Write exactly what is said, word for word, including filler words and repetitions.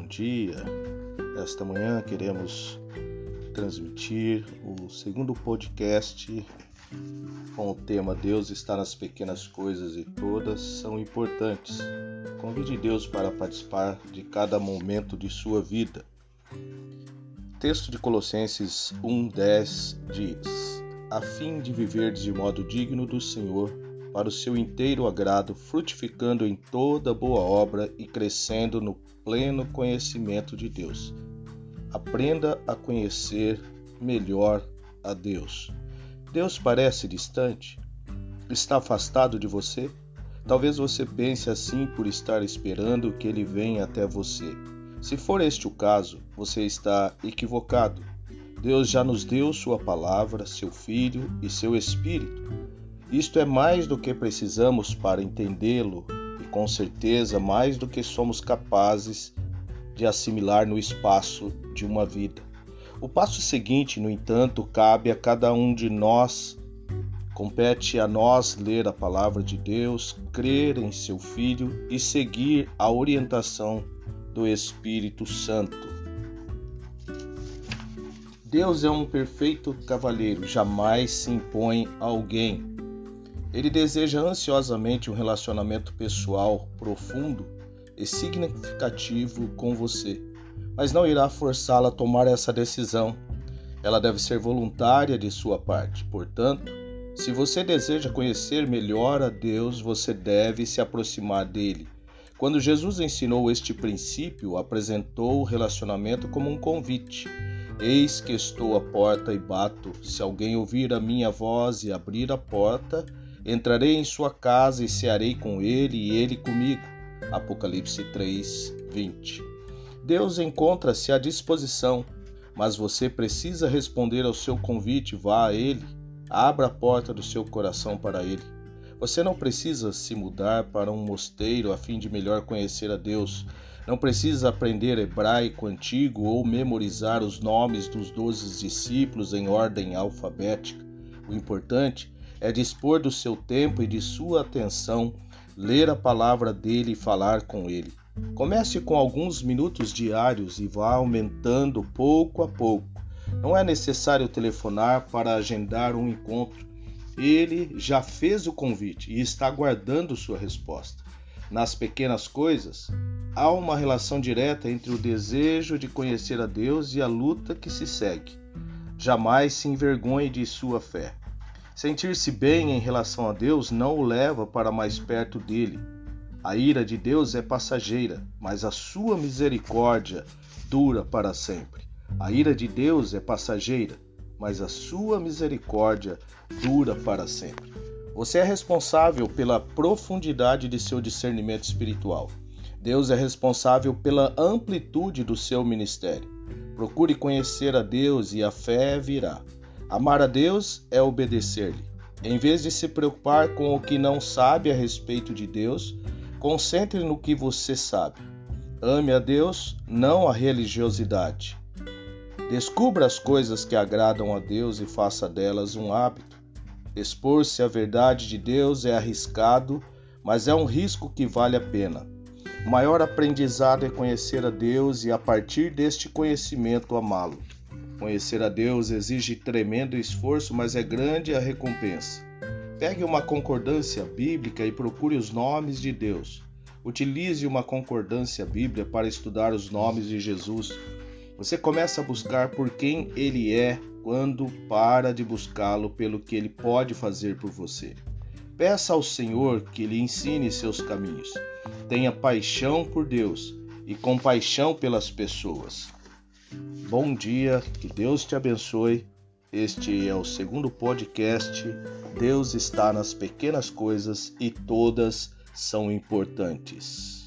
dia. Esta manhã queremos transmitir o segundo podcast com o tema Deus está nas pequenas coisas e todas são importantes. Convide Deus para participar de cada momento de sua vida. O texto de Colossenses um, dez diz: a fim de viverdes de modo digno do Senhor, para o seu inteiro agrado, frutificando em toda boa obra e crescendo no pleno conhecimento de Deus. Aprenda a conhecer melhor a Deus. Deus parece distante? Está afastado de você? Talvez você pense assim por estar esperando que Ele venha até você. Se for este o caso, você está equivocado. Deus já nos deu sua palavra, seu Filho e seu Espírito. Isto é mais do que precisamos para entendê-lo e, com certeza, mais do que somos capazes de assimilar no espaço de uma vida. O passo seguinte, no entanto, cabe a cada um de nós. Compete a nós ler a palavra de Deus, crer em seu Filho e seguir a orientação do Espírito Santo. Deus é um perfeito cavalheiro, jamais se impõe a alguém. Ele deseja ansiosamente um relacionamento pessoal profundo e significativo com você, mas não irá forçá-la a tomar essa decisão. Ela deve ser voluntária de sua parte. Portanto, se você deseja conhecer melhor a Deus, você deve se aproximar dele. Quando Jesus ensinou este princípio, apresentou o relacionamento como um convite. Eis que estou à porta e bato. Se alguém ouvir a minha voz e abrir a porta, entrarei em sua casa e cearei com ele e ele comigo. Apocalipse três, vinte. Deus encontra-se à disposição, mas você precisa responder ao seu convite. Vá a ele, abra a porta do seu coração para ele. Você não precisa se mudar para um mosteiro a fim de melhor conhecer a Deus. Não precisa aprender hebraico antigo ou memorizar os nomes dos doze discípulos em ordem alfabética. O importante é dispor do seu tempo e de sua atenção, ler a palavra dele e falar com ele. Comece com alguns minutos diários e vá aumentando pouco a pouco. Não é necessário telefonar para agendar um encontro. Ele já fez o convite e está aguardando sua resposta. Nas pequenas coisas, há uma relação direta entre o desejo de conhecer a Deus e a luta que se segue. Jamais se envergonhe de sua fé. Sentir-se bem em relação a Deus não o leva para mais perto dele. A ira de Deus é passageira, mas a sua misericórdia dura para sempre. A ira de Deus é passageira, mas a sua misericórdia dura para sempre. Você é responsável pela profundidade de seu discernimento espiritual. Deus é responsável pela amplitude do seu ministério. Procure conhecer a Deus e a fé virá. Amar a Deus é obedecer-lhe. Em vez de se preocupar com o que não sabe a respeito de Deus, concentre no que você sabe. Ame a Deus, não a religiosidade. Descubra as coisas que agradam a Deus e faça delas um hábito. Expor-se à verdade de Deus é arriscado, mas é um risco que vale a pena. O maior aprendizado é conhecer a Deus e, a partir deste conhecimento, amá-lo. Conhecer a Deus exige tremendo esforço, mas é grande a recompensa. Pegue uma concordância bíblica e procure os nomes de Deus. Utilize uma concordância bíblica para estudar os nomes de Jesus. Você começa a buscar por quem Ele é quando para de buscá-lo pelo que Ele pode fazer por você. Peça ao Senhor que lhe ensine seus caminhos. Tenha paixão por Deus e compaixão pelas pessoas. Bom dia, que Deus te abençoe. Este é o segundo podcast. Deus está nas pequenas coisas e todas são importantes.